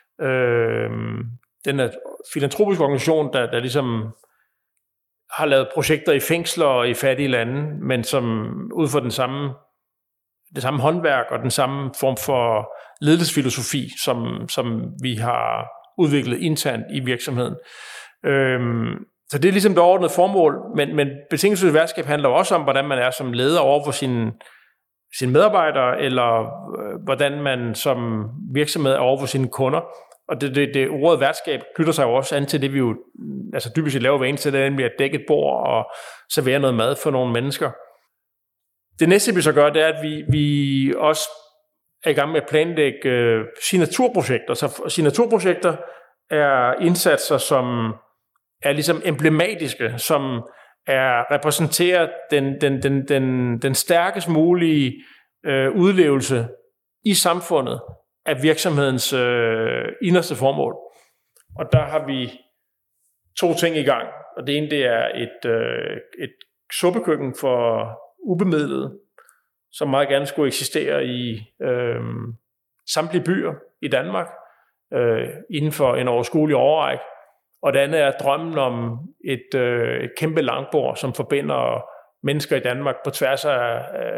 den her filantropiske organisation, der ligesom har lavet projekter i fængsler og i fattige lande, men som ud fra det samme håndværk og den samme form for ledelsesfilosofi, som vi har udviklet internt i virksomheden. Så det er ligesom det overordnede formål, men betingelsesløst værtskab handler også om, hvordan man er som leder over for sine medarbejdere, eller hvordan man som virksomhed er over for sine kunder. Og det ordet værtskab knytter sig jo også an til det, vi jo altså dybest set laver hver eneste, det er nemlig at dække et bord og servere noget mad for nogle mennesker. Det næste, vi så gør, det er, at vi også er i gang med at planlægge signaturprojekter. Så signaturprojekter er indsatser, som er ligesom emblematiske, som repræsenterer den stærkest mulige udlevelse i samfundet af virksomhedens inderste formål. Og der har vi 2 ting i gang. Og det ene, det er et suppekøkken for ubemidlede, som meget gerne skulle eksistere i samtlige byer i Danmark inden for en overskuelig årrække. Og det andet er drømmen om et kæmpe langbord, som forbinder mennesker i Danmark på tværs af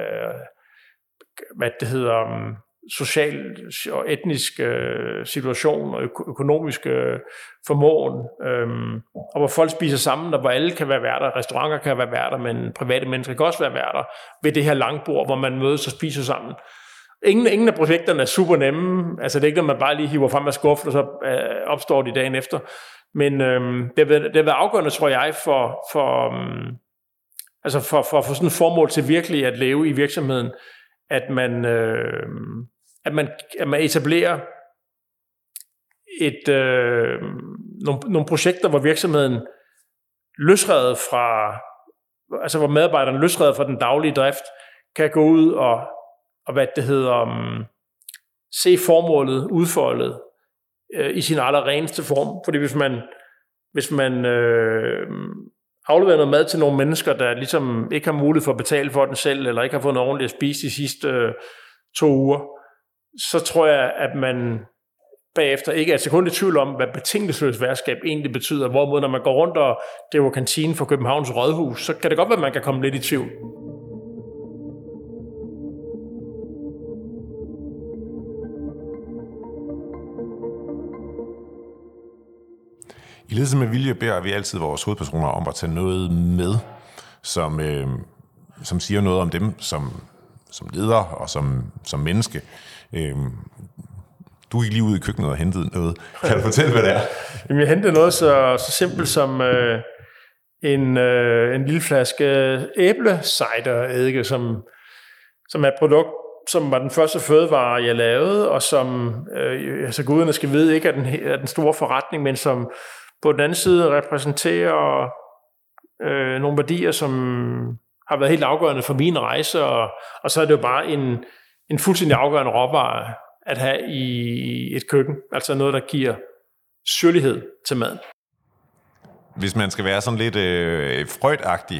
social og etnisk situation og økonomisk formåen, og hvor folk spiser sammen, og hvor alle kan være værter. Restauranter kan være værter, men private mennesker kan også være værter ved det her langbord, hvor man mødes og spiser sammen. Ingen af projekterne er super nemme. Altså det er ikke noget, man bare lige hiver frem af skuffen, og så opstår de dagen efter. Men det har været afgørende, tror jeg, for sådan et formål til virkelig at leve i virksomheden, at man etablerer nogle projekter, hvor virksomheden løsredet fra, altså hvor medarbejderne løsredet fra den daglige drift, kan gå ud og se formålet udfoldet i sin allerreneste form. Fordi hvis man afleverer noget mad til nogle mennesker, der ligesom ikke har mulighed for at betale for den selv, eller ikke har fået noget ordentligt at spise de sidste 2 uger, så tror jeg, at man bagefter ikke er et sekund i tvivl om, hvad betingelsesløst værtskab egentlig betyder. Hvorimod, når man går rundt og det var kantinen for Københavns Rådhus, så kan det godt være, at man kan komme lidt i tvivl. I Ledelse med Vilje beder vi altid vores hovedpersoner om at tage noget med, som siger noget om dem som leder og som menneske. Du gik lige ud i køkkenet og hentede noget. Kan du fortælle, hvad det er? Jamen, jeg hentede noget så simpelt som en lille flaske æblecideredike, som er et produkt, som var den første fødevare, jeg lavede, og som altså guderne skal vide ikke er den store forretning, men som på den anden side repræsenterer nogle værdier, som har været helt afgørende for mine rejser, og så er det jo bare en fuldstændig afgørende råvare at have i et køkken. Altså noget, der giver syrlighed til maden. Hvis man skal være sådan lidt Freud-agtig,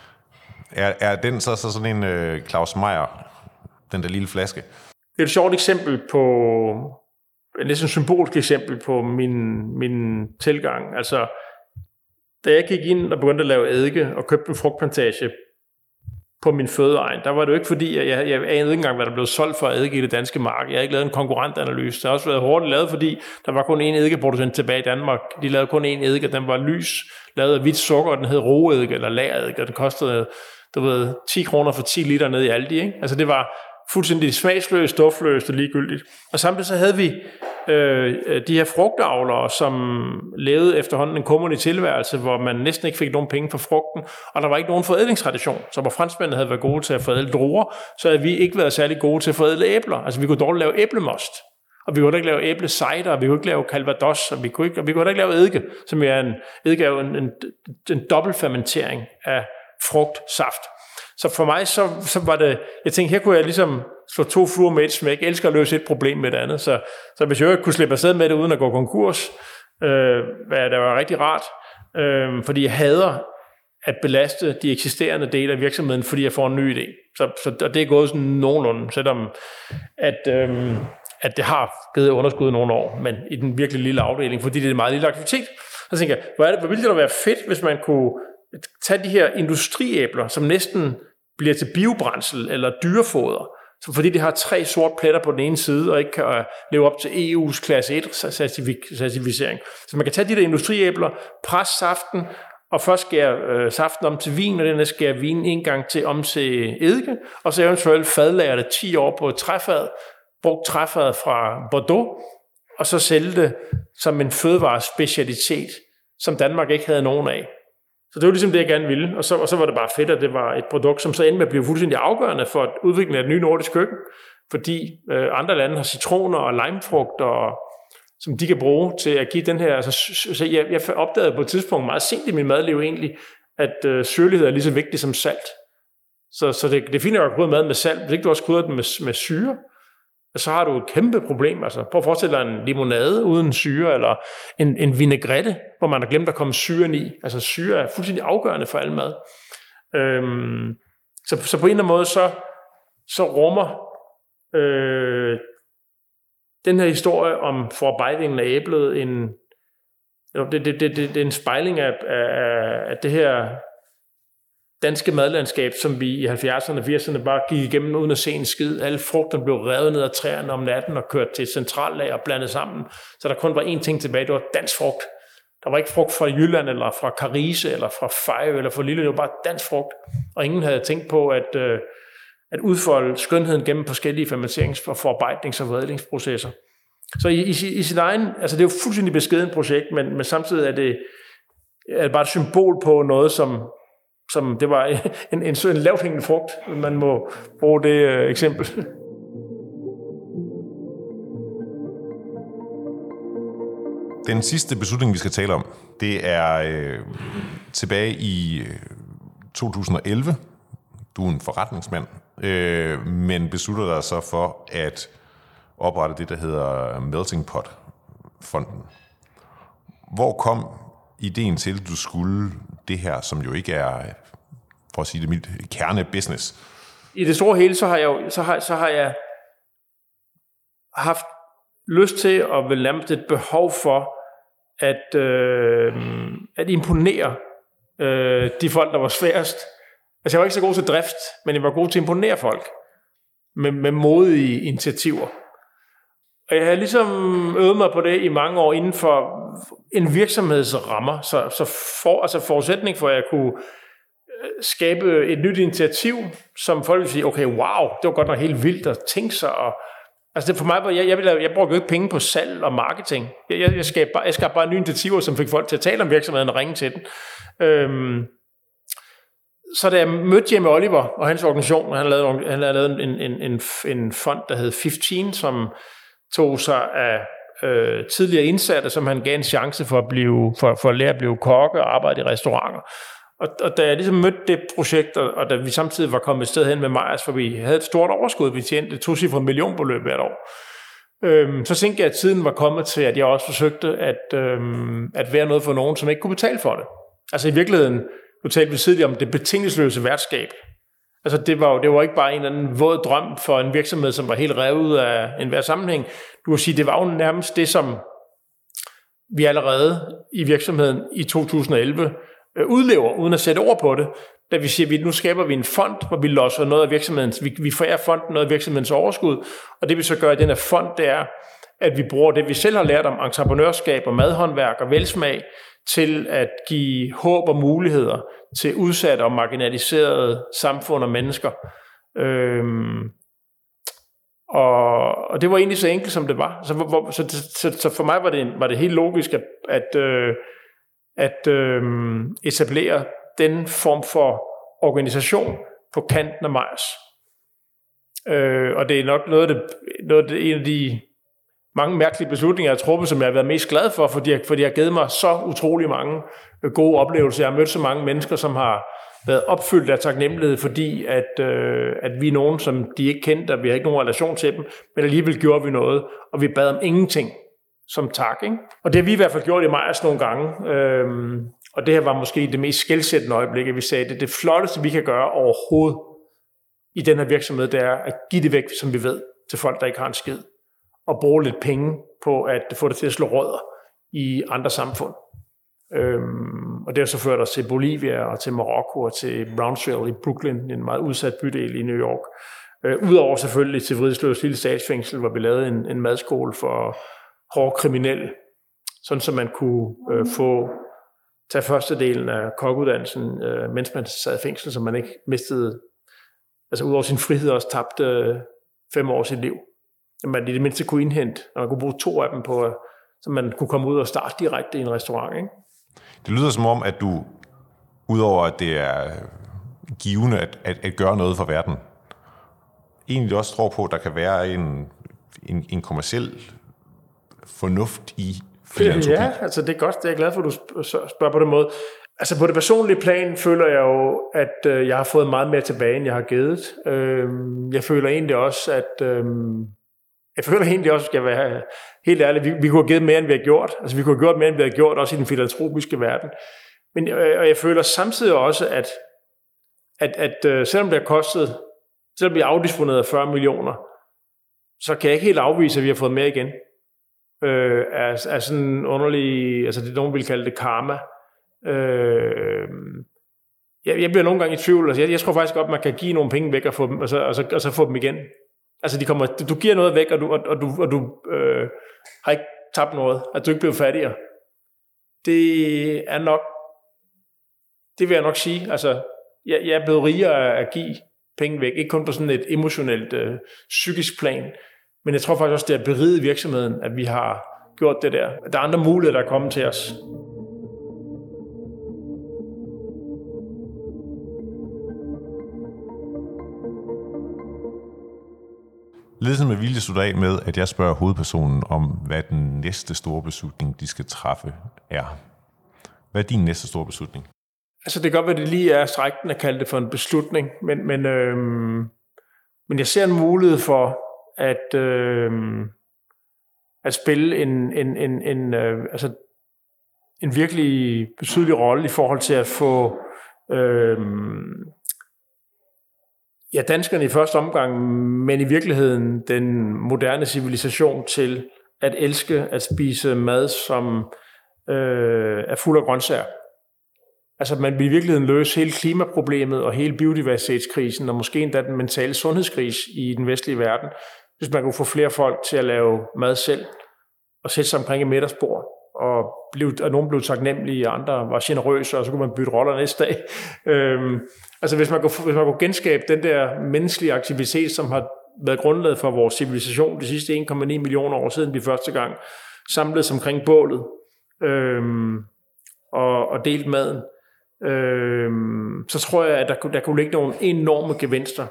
er den så sådan en Claus Meyer, den der lille flaske? Det er et sjovt eksempel på, næsten symbolsk eksempel på min tilgang. Altså, da jeg gik ind og begyndte at lave eddike og købte en frugtplantage på min fødeegn, der var det jo ikke fordi, jeg anede ikke engang, hvad der blev solgt for eddike i det danske marked. Jeg har ikke lavet en konkurrentanalyse. Det har også været hårdt lavet, fordi der var kun én eddikeproducent tilbage i Danmark. De lavede kun én eddike, og den var lys, lavet af hvidt sukker, og den hed roeddike eller lageredike, og den kostede 10 kroner for 10 liter nede i Aldi. Ikke? Altså det var fuldstændig smagsløst, duftløst og ligegyldigt. Og samtidig så havde vi de her frugtavlere, som levede efterhånden en kummerlig tilværelse, hvor man næsten ikke fik nogen penge for frugten, og der var ikke nogen forædlingstradition. Så hvor franskmændene havde været gode til at forædle druer, så havde vi ikke været særlig gode til at forædle æbler. Altså vi kunne dårligt lave æblemost, og vi kunne ikke lave æblecider, og vi kunne ikke lave calvados, og vi kunne ikke lave eddike, som er en dobbeltfermentering af frugtsaft. Så for mig, så var det, jeg tænkte, her kunne jeg ligesom slå 2 fluer med et smæk. Jeg elsker at løse et problem med det andet. Så hvis jeg ikke kunne slippe afsted med det, uden at gå konkurs, det var rigtig rart. Fordi jeg hader at belaste de eksisterende dele af virksomheden, fordi jeg får en ny idé. Og det er gået sådan nogenlunde, selvom at det har givet underskud i nogle år, men i den virkelig lille afdeling, fordi det er en meget lille aktivitet. Så tænker jeg, hvor ville det da være fedt, hvis man kunne tage de her industriæbler, som næsten bliver til biobrændsel eller dyrefoder, så fordi de har 3 sorte pletter på den ene side, og ikke kan leve op til EU's klasse 1-certificering. Så man kan tage de der industriæbler, presse saften, og først skære saften om til vin, og den skære vinen en gang til om til eddike, og så eventuelt fadlager det 10 år på et træfad, brugt træfad fra Bordeaux, og så sælge det som en fødevarespecialitet, som Danmark ikke havde nogen af. Så det var ligesom det, jeg gerne ville, og så var det bare fedt, at det var et produkt, som så endte med at blive fuldstændig afgørende for udviklingen af et nyt nordisk køkken, fordi andre lande har citroner og limefrugter, som de kan bruge til at give den her. Altså, så jeg opdagede på et tidspunkt meget sent i min madliv egentlig, at syrlighed er lige så vigtigt som salt. Så det er fint at krydre mad med salt, hvis ikke du også krydrer den med syre, så har du et kæmpe problem. Altså, prøv at forestille dig en limonade uden syre, eller en vinaigrette, hvor man har glemt at komme syren i. Altså syre er fuldstændig afgørende for al mad. Så på en eller anden måde, så rummer den her historie om forarbejdningen af æblet Det er en spejling af det her danske madlandskab, som vi i 70'erne og 80'erne bare gik igennem uden at se en skid. Alle frugterne blev revet ned af træerne om natten og kørt til centrallager og blandet sammen. Så der kun var én ting tilbage, det var dansk frugt. Der var ikke frugt fra Jylland, eller fra Karise, eller fra Fejø, eller fra Lille. Det var bare dansk frugt. Og ingen havde tænkt på at udfolde skønheden gennem forskellige fermenterings- og forarbejdnings- og forædlingsprocesser. Så i sin egen, altså det er jo fuldstændig beskeden projekt, men samtidig er det bare et symbol på noget, som det var en lavthængende frugt. Man må bruge det eksempel. Den sidste beslutning, vi skal tale om, det er tilbage i 2011. Du er en forretningsmand, men beslutter dig så for at oprette det, der hedder Melting Pot-fonden. Hvor kom ideen til, at du skulle det her, som jo ikke er, for at sige det mildt, kernebusiness? I det store hele, så har jeg haft lyst til, og vel nærmest et behov for, at imponere de folk, der var sværest. Altså jeg var ikke så god til drift, men jeg var god til at imponere folk med modige initiativer. Og jeg havde ligesom øvet mig på det i mange år inden for en virksomhedsrammer, så forudsætning for, at jeg kunne skabe et nyt initiativ, som folk ville sige, okay, wow, det var godt nok helt vildt at tænke sig. Og, altså det for mig var, jeg brugte jo ikke penge på salg og marketing. Jeg skabte bare nye initiativer, som fik folk til at tale om virksomheden og ringe til den. Så da jeg mødte Jamie Oliver og hans organisation, han havde lavet en fond, der hed 15, som tog sig af tidligere indsatte, som han gav en chance for at lære at blive kokke og arbejde i restauranter. Og da jeg ligesom mødte det projekt, og da vi samtidig var kommet et sted hen med Meyers, for vi havde et stort overskud, vi tjente et tocifret millionbeløb hvert år, så tænkte jeg, at tiden var kommet til, at jeg også forsøgte at være noget for nogen, som ikke kunne betale for det. Altså i virkeligheden, nu talte vi tidligere om det betingelsesløse værtskab. Altså det var ikke bare en eller anden våd drøm for en virksomhed, som var helt revet ud af enhver sammenhæng. Du kan sige, det var jo nærmest det, som vi allerede i virksomheden i 2011 udlever, uden at sætte ord på det. Da vi siger, at nu skaber vi en fond, hvor vi losser noget af virksomhedens, vi forærer fonden noget af virksomhedens overskud, og det vi så gør i den her fond, det er, at vi bruger det, vi selv har lært om entreprenørskab og madhåndværk og velsmag, til at give håb og muligheder til udsatte og marginaliserede samfund og mennesker. Og det var egentlig så enkelt, som det var. Så for mig var det helt logisk at etablere den form for organisation på kanten af Meyers. Og det er nok en af de mange mærkelige beslutninger, jeg har truffet, som jeg har været mest glad for, fordi jeg har givet mig så utrolig mange gode oplevelser. Jeg har mødt så mange mennesker, som har været opfyldt af taknemmelighed, fordi at vi er nogen, som de ikke kendte, og vi har ikke nogen relation til dem, men alligevel gjorde vi noget, og vi bad om ingenting som tak. Ikke? Og det har vi i hvert fald gjort i Meyers nogle gange, og det her var måske det mest skelsættende øjeblik, at vi sagde, det flotteste, vi kan gøre overhovedet i den her virksomhed, det er at give det væk, som vi ved, til folk, der ikke har en skid, og bruge lidt penge på at få det til at slå rødder i andre samfund. Og det har så ført os til Bolivia og til Marokko og til Brownsville i Brooklyn, en meget udsat bydel i New York. Udover selvfølgelig til Vridsløs lille statsfængsel, hvor vi lavede en madskole for hårde kriminelle, sådan så man kunne tage førstedelen af kokkeuddannelsen, mens man sad i fængsel, så man ikke mistede, altså udover sin frihed også tabte 5 år af sit liv. Man i det mindste kunne indhente, og man kunne bruge 2 af dem på, så man kunne komme ud og starte direkte i en restaurant. Ikke? Det lyder som om, at du, udover at det er givende at gøre noget for verden, egentlig også tror på, at der kan være en kommerciel fornuft i filantropi. Ja, altså det er godt. Det er jeg glad for, at du spørger på den måde. Altså på det personlige plan føler jeg jo, at jeg har fået meget mere tilbage, end jeg har givet. Jeg føler egentlig også, skal jeg være helt ærlig, vi kunne have givet mere, end vi har gjort. Altså vi kunne have gjort mere, end vi har gjort, også i den filantropiske verden. Og jeg føler samtidig også, at selvom det har kostet, selvom vi har afdisponeret 40 millioner, så kan jeg ikke helt afvise, at vi har fået mere igen. er sådan en underlig, altså det nogen vil kalde det karma. Jeg bliver nogle gange i tvivl. Altså jeg tror faktisk godt, man kan give nogle penge væk og få dem, og så få dem igen. Altså du giver noget væk, og du har ikke tabt noget, at du ikke bliver fattigere. Det vil jeg nok sige. Altså, jeg er blevet rigere af at give penge væk, ikke kun på sådan et emotionelt, psykisk plan, men jeg tror faktisk også, det er beriget virksomheden, at vi har gjort det der. Der er andre muligheder, der er kommet til os. Ledelsen med vilje slutter af med, at jeg spørger hovedpersonen om, hvad den næste store beslutning, de skal træffe, er. Hvad er din næste store beslutning? Altså det kan godt være, det lige er strækken at kalde det for en beslutning, men jeg ser en mulighed for at spille en virkelig betydelig rolle i forhold til at få danskerne i første omgang, men i virkeligheden den moderne civilisation til at elske at spise mad, som er fuld af grøntsager. Altså man vil i virkeligheden løse hele klimaproblemet og hele biodiversitetskrisen, og måske endda den mentale sundhedskrise i den vestlige verden, hvis man kunne få flere folk til at lave mad selv, og sætte sig omkring et middagsbord, og nogen blev taknemmelige, og andre var generøse, og så kunne man bytte roller næste dag. Altså hvis man kunne genskabe den der menneskelige aktivitet, som har været grundlaget for vores civilisation de sidste 1,9 millioner år siden vi første gang samledes omkring bålet og delt maden, så tror jeg, at der kunne ligge nogle enorme gevinster.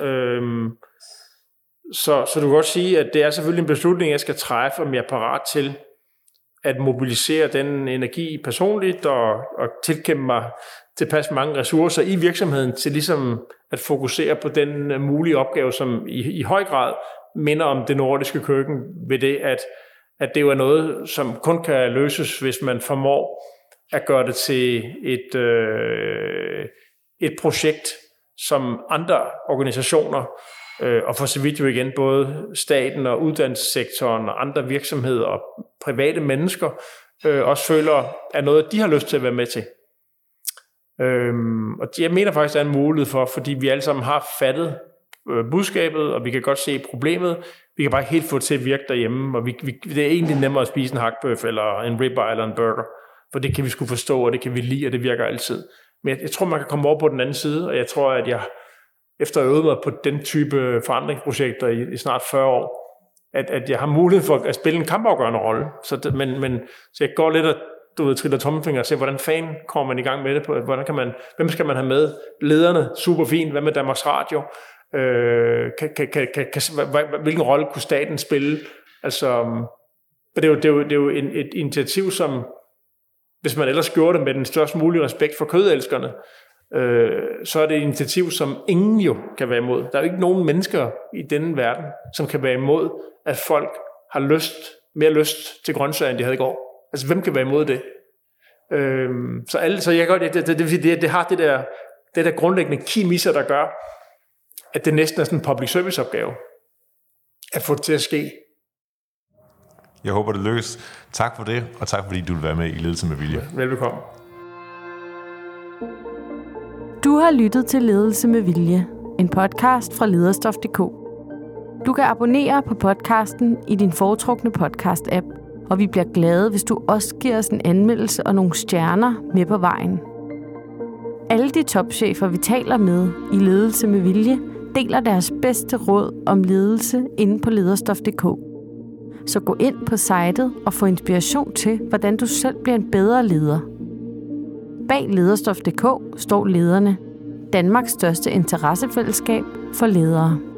Så du kan godt sige, at det er selvfølgelig en beslutning, jeg skal træffe, om jeg er parat til at mobilisere den energi personligt og tilkæmpe mig tilpas mange ressourcer i virksomheden til ligesom at fokusere på den mulige opgave, som i høj grad minder om det nordiske køkken, ved det, at det jo er noget, som kun kan løses, hvis man formår at gøre det til et projekt, som andre organisationer, og for så vidt jo igen både staten og uddannelsessektoren og andre virksomheder og private mennesker, også føler, er noget, de har lyst til at være med til. Og jeg mener faktisk, der er en mulighed for, fordi vi alle sammen har fattet budskabet, og vi kan godt se problemet. Vi kan bare ikke helt få det til at virke derhjemme, og det er egentlig nemmere at spise en hakbøf, eller en ribeye, eller en burger, for det kan vi sgu forstå, og det kan vi lide, og det virker altid. Men jeg tror, man kan komme over på den anden side, og jeg tror, at jeg efter at øve mig på den type forandringsprojekter i snart 40 år, at jeg har mulighed for at spille en kampafgørende rolle. Så jeg går lidt og triller tommelfinger og ser, hvordan fanden kommer man i gang med det? Hvem skal man have med? Lederne, super fint. Hvad med Danmarks Radio? Hvilken rolle kunne staten spille? Altså, det er jo et initiativ, som, hvis man ellers gjorde det med den størst mulige respekt for kødelskerne, så er det et initiativ, som ingen jo kan være imod. Der er jo ikke nogen mennesker i denne verden, som kan være imod, at folk har mere lyst til grøntsager, end de havde i går. Altså, hvem kan være imod det? Så jeg kan godt, det har det der grundlæggende kimisser, der gør, at det næsten er sådan en public service opgave, at få det til at ske. Jeg håber, det lykkes. Tak for det, og tak fordi du vil være med i Ledelse med Vilje. Velbekomme. Du har lyttet til Ledelse med Vilje, en podcast fra Lederstof.dk. Du kan abonnere på podcasten i din foretrukne podcast-app, og vi bliver glade, hvis du også giver os en anmeldelse og nogle stjerner med på vejen. Alle de topchefer, vi taler med i Ledelse med Vilje, deler deres bedste råd om ledelse inde på Lederstof.dk. Så gå ind på sitet og få inspiration til, hvordan du selv bliver en bedre leder. Bag Lederstof.dk står Lederne, Danmarks største interessefællesskab for ledere.